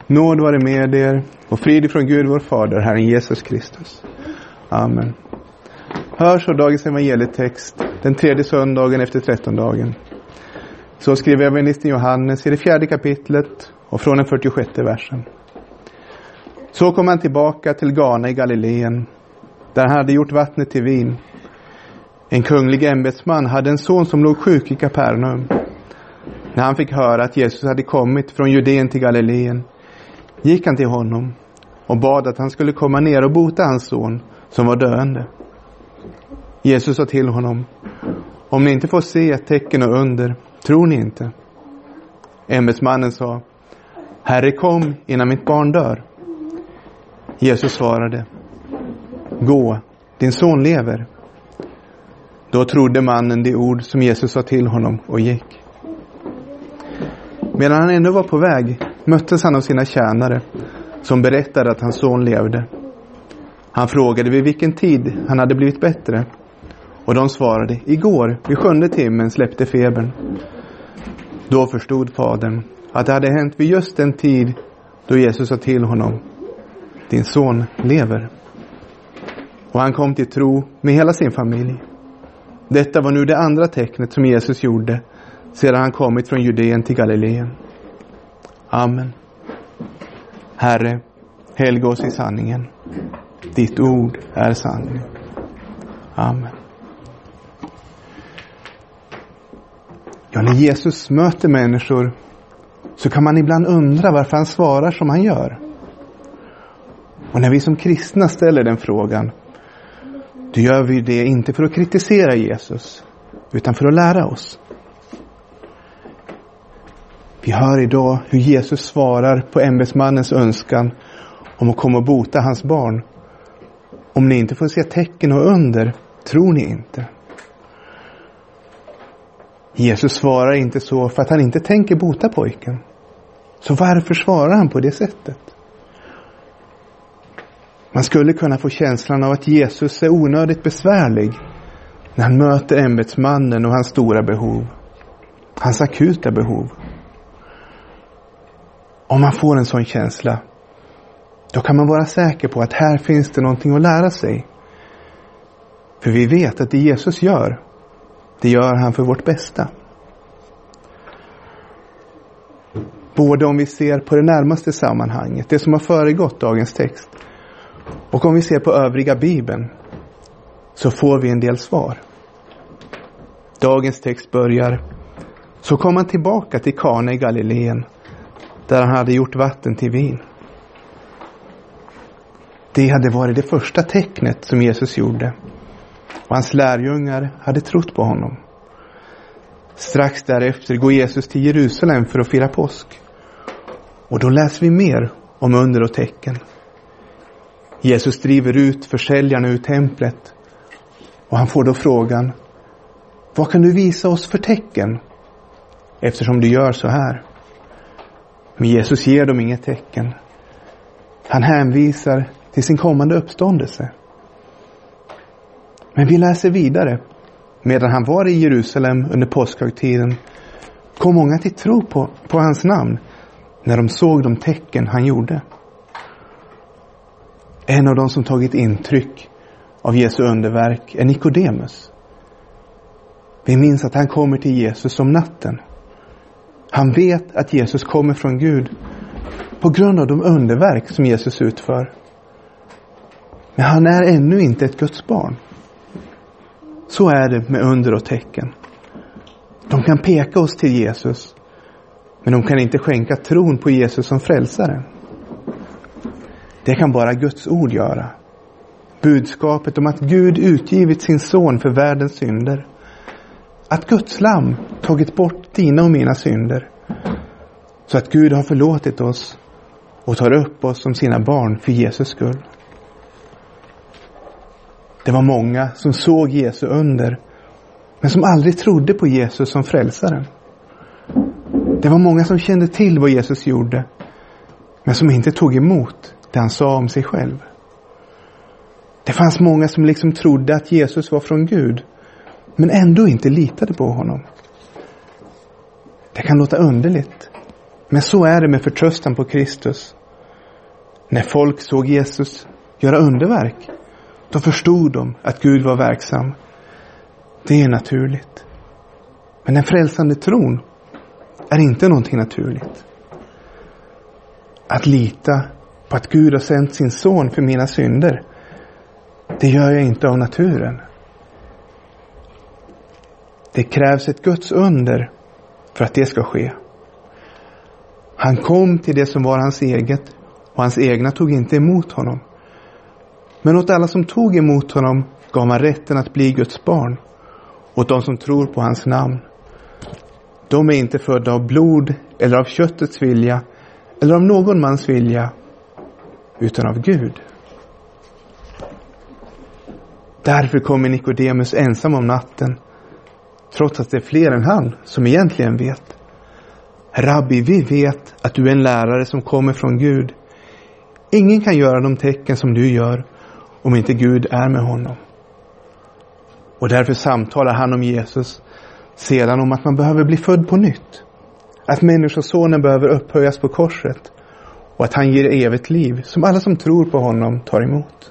Nåd vare med er och frid ifrån Gud vår Fader, Herren Jesus Kristus. Amen. Hör så dagens evangelietext, den 3:e söndagen efter 13-dagen. Så skriver evangelisten Johannes i det 4:e kapitlet och från den 46:e versen. Så kom han tillbaka till Gana i Galileen, där han hade gjort vattnet till vin. En kunglig ämbetsman hade en son som låg sjuk i Kapernaum. När han fick höra att Jesus hade kommit från Judeen till Galileen, gick han till honom och bad att han skulle komma ner och bota hans son som var döende. Jesus sa till honom: om ni inte får se ett tecken och under, tror ni inte? Ämbetsmannen sa: Herre, kom innan mitt barn dör. Jesus svarade: gå, din son lever. Då trodde mannen de ord som Jesus sa till honom och gick. Medan han ännu var på väg möttes han av sina tjänare som berättade att hans son levde. Han frågade vid vilken tid han hade blivit bättre, och de svarade: igår vid 7:e timmen släppte febern. Då förstod fadern att det hade hänt vid just den tid då Jesus sa till honom: din son lever. Och han kom till tro med hela sin familj. Detta var nu det andra tecknet som Jesus gjorde sedan han kommit från Judeen till Galileen. Amen. Herre, helga oss i sanningen. Ditt ord är sanning. Amen. Ja, när Jesus möter människor så kan man ibland undra varför han svarar som han gör. Och när vi som kristna ställer den frågan, då gör vi det inte för att kritisera Jesus, utan för att lära oss. Vi hör idag hur Jesus svarar på ämbetsmannens önskan om att komma och bota hans barn. Om ni inte får se tecken och under, tror ni inte. Jesus svarar inte så för att han inte tänker bota pojken. Så varför svarar han på det sättet? Man skulle kunna få känslan av att Jesus är onödigt besvärlig när han möter ämbetsmannen och hans stora behov. Hans akuta behov. Om man får en sån känsla, då kan man vara säker på att här finns det någonting att lära sig. För vi vet att det Jesus gör, det gör han för vårt bästa. Både om vi ser på det närmaste sammanhanget, det som har föregått dagens text, och om vi ser på övriga Bibeln, så får vi en del svar. Dagens text börjar: så kom han tillbaka till Kana i Galileen, där han hade gjort vatten till vin. Det hade varit det första tecknet som Jesus gjorde, och hans lärjungar hade trott på honom. Strax därefter går Jesus till Jerusalem för att fira påsk. Och då läser vi mer om under och tecken. Jesus driver ut försäljarna ur templet, och han får då frågan: vad kan du visa oss för tecken, eftersom du gör så här? Men Jesus ger dem inget tecken. Han hänvisar till sin kommande uppståndelse. Men vi läser vidare. Medan han var i Jerusalem under påskhögtiden kom många till tro på hans namn när de såg de tecken han gjorde. En av dem som tagit intryck av Jesu underverk är Nikodemus. Vi minns att han kommer till Jesus om natten. Han vet att Jesus kommer från Gud på grund av de underverk som Jesus utför. Men han är ännu inte ett Guds barn. Så är det med under och tecken. De kan peka oss till Jesus, men de kan inte skänka tron på Jesus som frälsare. Det kan bara Guds ord göra. Budskapet om att Gud utgivit sin son för världens synder. Att Guds lamm tagit bort dina och mina synder. Så att Gud har förlåtit oss och tar upp oss som sina barn för Jesus skull. Det var många som såg Jesu under, men som aldrig trodde på Jesus som frälsaren. Det var många som kände till vad Jesus gjorde, men som inte tog emot det han sa om sig själv. Det fanns många som liksom trodde att Jesus var från Gud, men ändå inte litade på honom. Det kan låta underligt, Men så är det med förtröstan på Kristus. När folk såg Jesus göra underverk, då förstod de att Gud var verksam. Det är naturligt. Men den frälsande tron är inte någonting naturligt. Att lita på att Gud har sänt sin son för mina synder, det gör jag inte av naturen. Det krävs ett Guds under för att det ska ske. Han kom till det som var hans eget, och hans egna tog inte emot honom. Men åt alla som tog emot honom gav han rätten att bli Guds barn, åt de som tror på hans namn. De är inte födda av blod eller av köttets vilja eller av någon mans vilja, utan av Gud. Därför kommer Nikodemus ensam om natten, trots att det är fler än han som egentligen vet. Rabbi, vi vet att du är en lärare som kommer från Gud. Ingen kan göra de tecken som du gör om inte Gud är med honom. Och därför samtalar han om Jesus sedan om att man behöver bli född på nytt. Att människosonen behöver upphöjas på korset. Och att han ger evigt liv som alla som tror på honom tar emot.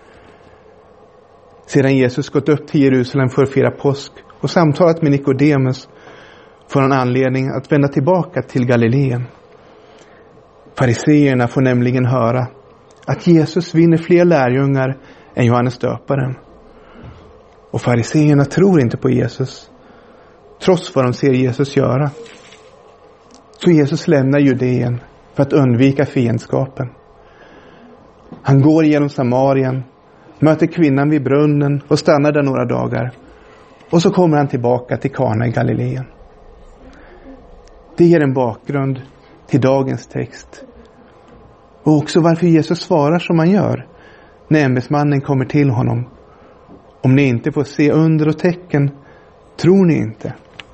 Sedan Jesus gått upp till Jerusalem för att fira påsk och samtalat med Nikodemus, får han anledning att vända tillbaka till Galileen. Fariseerna får nämligen höra att Jesus vinner fler lärjungar än Johannes döparen. Och fariseerna tror inte på Jesus, trots vad de ser Jesus göra. Så Jesus lämnar Judeen för att undvika fiendskapen. Han går genom Samarien, möter kvinnan vid brunnen och stannar där några dagar. Och så kommer han tillbaka till Kana i Galileen. Det ger en bakgrund till dagens text. Och också varför Jesus svarar som han gör när ämbetsmannen kommer till honom. Om ni inte får se under och tecken, tror ni inte.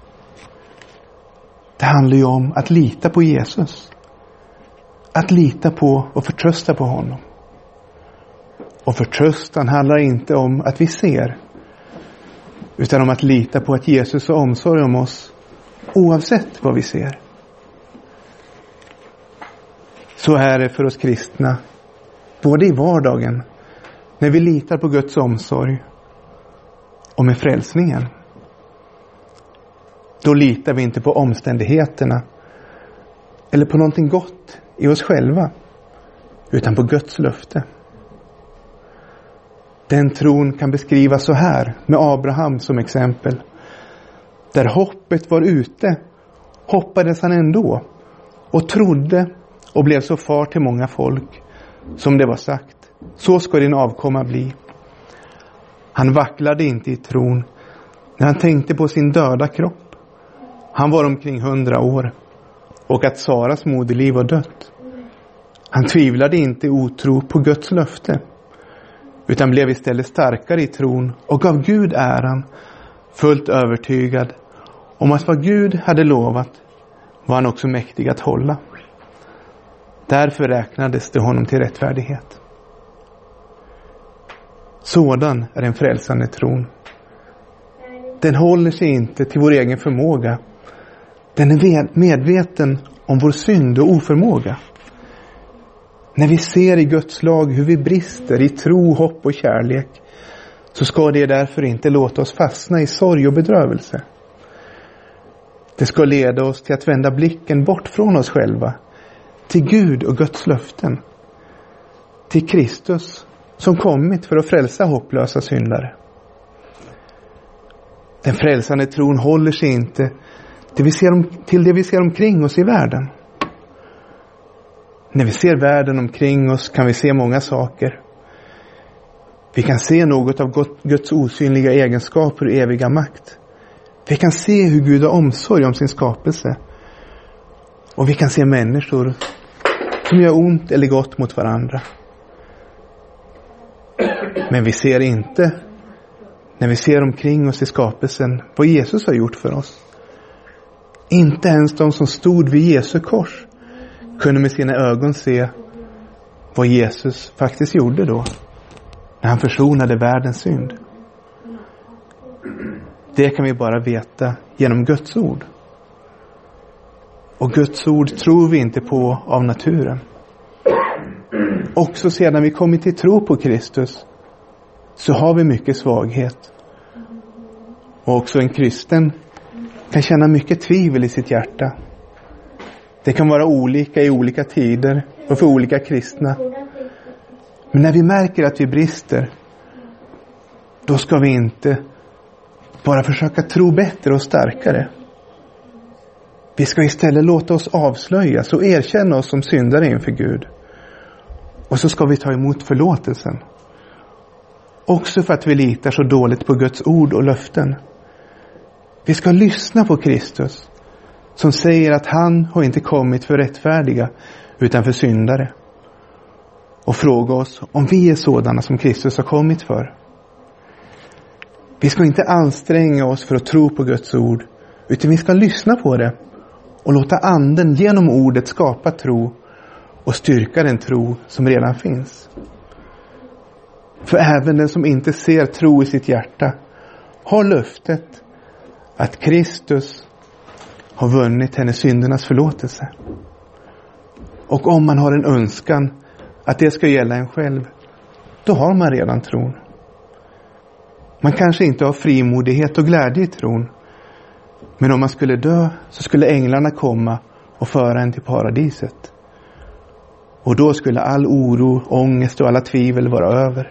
Det handlar ju om att lita på Jesus. Att lita på och förtrösta på honom. Och förtröstan handlar inte om att vi ser, utan om att lita på att Jesus har omsorg om oss oavsett vad vi ser. Så är det för oss kristna, både i vardagen, när vi litar på Guds omsorg, och med frälsningen. Då litar vi inte på omständigheterna eller på någonting gott i oss själva, utan på Guds löfte. Den tron kan beskrivas så här, med Abraham som exempel. Där hoppet var ute, hoppades han ändå och trodde och blev så far till många folk, som det var sagt. Så ska din avkomma bli. Han vacklade inte i tron när han tänkte på sin döda kropp. Han var omkring 100 år och att Saras moderliv var dött. Han tvivlade inte i otro på Guds löfte, utan blev istället starkare i tron och gav Gud äran, fullt övertygad om att vad Gud hade lovat var han också mäktig att hålla. Därför räknades det honom till rättfärdighet. Sådan är den frälsande tron. Den håller sig inte till vår egen förmåga. Den är medveten om vår synd och oförmåga. När vi ser i Guds lag hur vi brister i tro, hopp och kärlek, så ska det därför inte låta oss fastna i sorg och bedrövelse. Det ska leda oss till att vända blicken bort från oss själva, till Gud och Guds löften, till Kristus som kommit för att frälsa hopplösa syndare. Den frälsande tron håller sig inte till det vi ser omkring oss i världen. När vi ser världen omkring oss kan vi se många saker. Vi kan se något av Guds osynliga egenskaper och eviga makt. Vi kan se hur Gud har omsorg om sin skapelse. Och vi kan se människor som gör ont eller gott mot varandra. Men vi ser inte, när vi ser omkring oss i skapelsen, vad Jesus har gjort för oss. Inte ens de som stod vid Jesu kors kunde med sina ögon se vad Jesus faktiskt gjorde då, när han försonade världens synd. Det kan vi bara veta genom Guds ord. Och Guds ord tror vi inte på av naturen. Också sedan vi kommit till tro på Kristus så har vi mycket svaghet. Och också en kristen kan känna mycket tvivel i sitt hjärta. Det kan vara olika i olika tider och för olika kristna. Men när vi märker att vi brister, då ska vi inte bara försöka tro bättre och starkare. Vi ska istället låta oss avslöjas och erkänna oss som syndare inför Gud. Och så ska vi ta emot förlåtelsen. Också för att vi litar så dåligt på Guds ord och löften. Vi ska lyssna på Kristus som säger att han har inte kommit för rättfärdiga utan för syndare. Och fråga oss om vi är sådana som Kristus har kommit för. Vi ska inte anstränga oss för att tro på Guds ord, utan vi ska lyssna på det och låta anden genom ordet skapa tro och styrka den tro som redan finns. För även den som inte ser tro i sitt hjärta har löftet att Kristus har vunnit hennes syndernas förlåtelse. Och om man har en önskan att det ska gälla en själv, då har man redan tron. Man kanske inte har frimodighet och glädje i tron, men om man skulle dö så skulle änglarna komma och föra en till paradiset. Och då skulle all oro, ångest och alla tvivel vara över.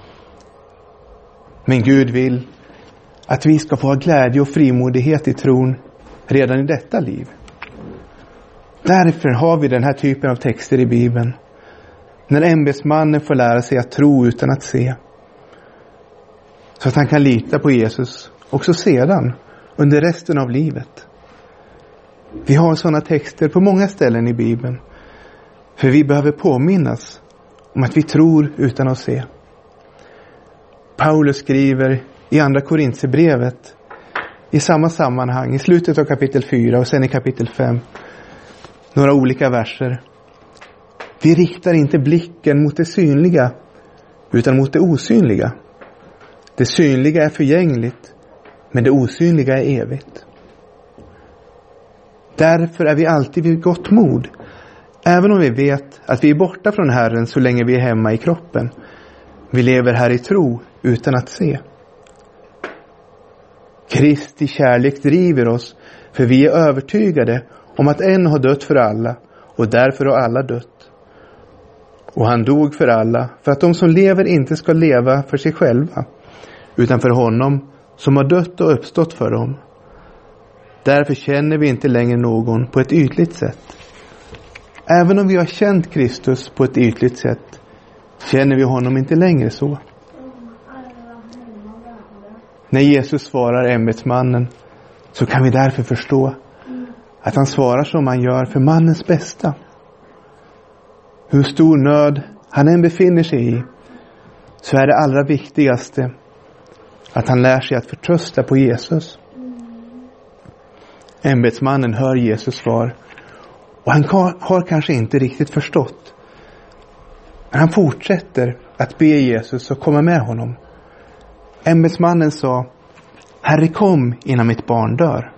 Men Gud vill att vi ska få ha glädje och frimodighet i tron redan i detta liv. Därför har vi den här typen av texter i Bibeln. När ämbetsmannen får lära sig att tro utan att se. Så att han kan lita på Jesus också sedan, under resten av livet. Vi har sådana texter på många ställen i Bibeln. För vi behöver påminnas om att vi tror utan att se. Paulus skriver i andra Korinthierbrevet i samma sammanhang, i slutet av kapitel 4 och sen i kapitel 5, några olika verser. Vi riktar inte blicken mot det synliga utan mot det osynliga. Det synliga är förgängligt, men det osynliga är evigt. Därför är vi alltid vid gott mod, även om vi vet att vi är borta från Herren så länge vi är hemma i kroppen. Vi lever här i tro utan att se. Kristi kärlek driver oss, för vi är övertygade om att en har dött för alla, och därför har alla dött. Och han dog för alla, för att de som lever inte ska leva för sig själva, utan för honom som har dött och uppstått för dem. Därför känner vi inte längre någon på ett ytligt sätt. Även om vi har känt Kristus på ett ytligt sätt, känner vi honom inte längre så. När Jesus svarar ämbetsmannen, så kan vi därför förstå att han svarar som han gör för mannens bästa. Hur stor nöd han än befinner sig i, så är det allra viktigaste att han lär sig att förtrösta på Jesus. Ämbetsmannen hör Jesus svar, och han har kanske inte riktigt förstått. Men han fortsätter att be Jesus att komma med honom. Ämbetsmannen sa: Herre, kom innan mitt barn dör.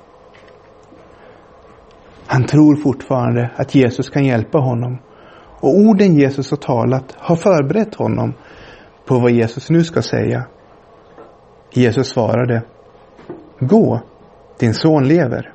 Han tror fortfarande att Jesus kan hjälpa honom. Och orden Jesus har talat har förberett honom på vad Jesus nu ska säga. Jesus svarade: Gå, din son lever.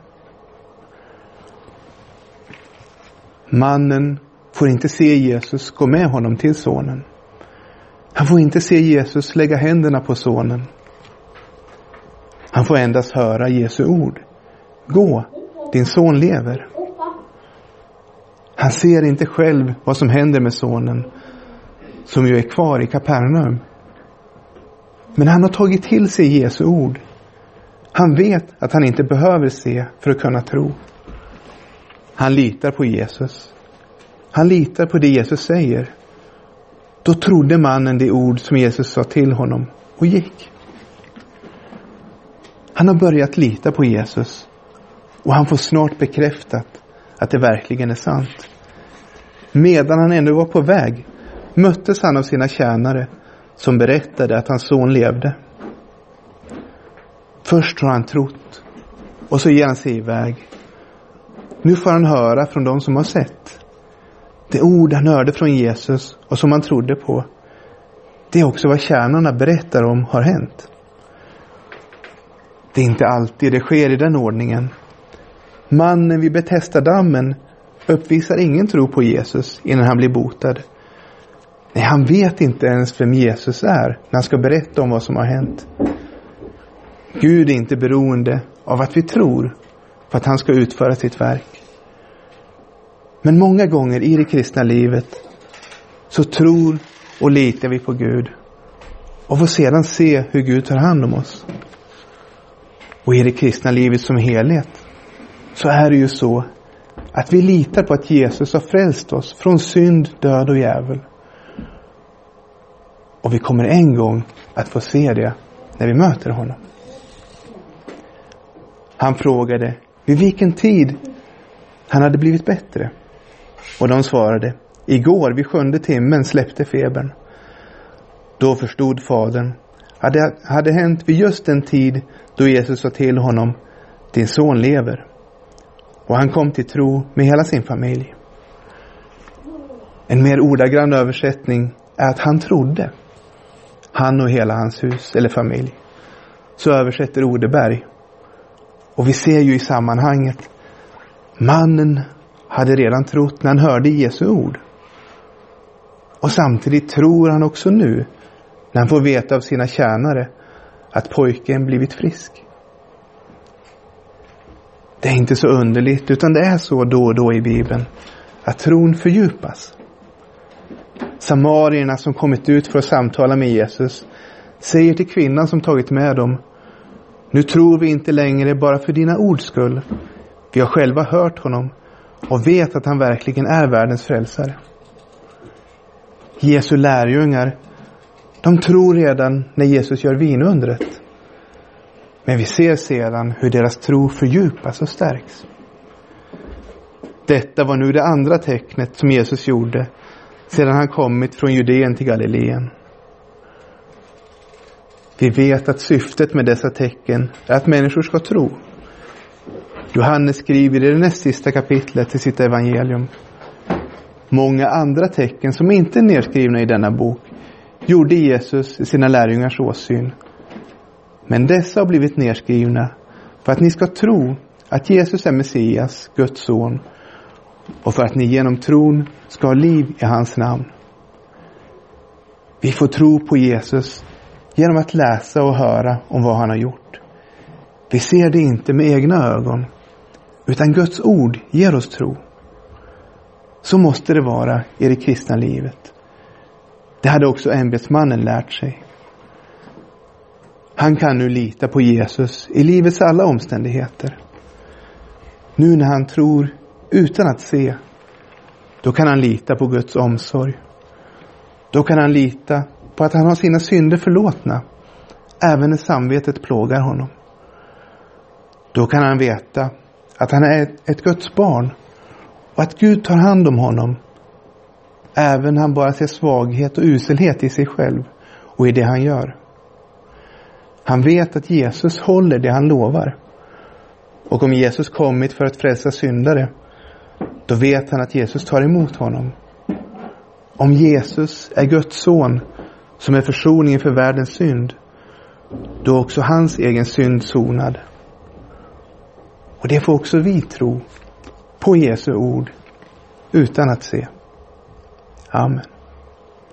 Mannen får inte se Jesus gå med honom till sonen. Han får inte se Jesus lägga händerna på sonen. Han får endast höra Jesu ord: Gå, din son lever. Han ser inte själv vad som händer med sonen, som ju är kvar i Kapernaum. Men han har tagit till sig Jesu ord. Han vet att han inte behöver se för att kunna tro. Han litar på Jesus. Han litar på det Jesus säger. Då trodde mannen de ord som Jesus sa till honom och gick. Han har börjat lita på Jesus, och han får snart bekräftat att det verkligen är sant. Medan han ändå var på väg möttes han av sina tjänare som berättade att hans son levde. Först har han trott, och så ger han sig iväg. Nu får han höra från de som har sett. Det ord han hörde från Jesus och som han trodde på, det är också vad tjänarna berättar om har hänt. Det är inte alltid det sker i den ordningen. Mannen vid Betesda-dammen uppvisar ingen tro på Jesus innan han blir botad. Nej, han vet inte ens vem Jesus är när han ska berätta om vad som har hänt. Gud är inte beroende av att vi tror för att han ska utföra sitt verk. Men många gånger i det kristna livet så tror och litar vi på Gud och får sedan se hur Gud tar hand om oss. Och i det kristna livet som helhet så är det ju så att vi litar på att Jesus har frälst oss från synd, död och djävul. Och vi kommer en gång att få se det när vi möter honom. Han frågade vid vilken tid han hade blivit bättre. Och de svarade, igår vid 7:e timmen släppte febern. Då förstod fadern att det hade hänt vid just den tid då Jesus sa till honom, din son lever. Och han kom till tro med hela sin familj. En mer ordagrann översättning är att han trodde. Han och hela hans hus eller familj. Så översätter Odeberg. Och vi ser ju i sammanhanget, mannen hade redan trott när han hörde Jesu ord. Och samtidigt tror han också nu när han får veta av sina tjänare att pojken blivit frisk. Det är inte så underligt, utan det är så då och då i Bibeln att tron fördjupas. Samarierna som kommit ut för att samtala med Jesus säger till kvinnan som tagit med dem, nu tror vi inte längre bara för dina ords skull. Vi har själva hört honom och vet att han verkligen är världens frälsare. Jesu lärjungar, de tror redan när Jesus gör vinundret. Men vi ser sedan hur deras tro fördjupas och stärks. Detta var nu det andra tecknet som Jesus gjorde sedan han kommit från Judeen till Galileen. Vi vet att syftet med dessa tecken är att människor ska tro. Johannes skriver i det näst sista kapitlet till sitt evangelium. Många andra tecken som inte är nedskrivna i denna bok gjorde Jesus i sina lärjungars åsyn. Men dessa har blivit nedskrivna för att ni ska tro att Jesus är Messias, Guds son, och för att ni genom tron ska ha liv i hans namn. Vi får tro på Jesus genom att läsa och höra om vad han har gjort. Vi ser det inte med egna ögon, utan Guds ord ger oss tro. Så måste det vara i det kristna livet. Det hade också ämbetsmannen lärt sig. Han kan nu lita på Jesus i livets alla omständigheter. Nu när han tror utan att se, då kan han lita på Guds omsorg. Då kan han lita på att han har sina synder förlåtna, även när samvetet plågar honom. Då kan han veta att han är ett Guds barn och att Gud tar hand om honom, även när han bara ser svaghet och uselhet i sig själv och i det han gör. Han vet att Jesus håller det han lovar. Och om Jesus kommit för att frälsa syndare, då vet han att Jesus tar emot honom. Om Jesus är Guds son som är försoningen för världens synd, då är också hans egen synd sonad. Och det får också vi tro på Jesu ord utan att se. Amen.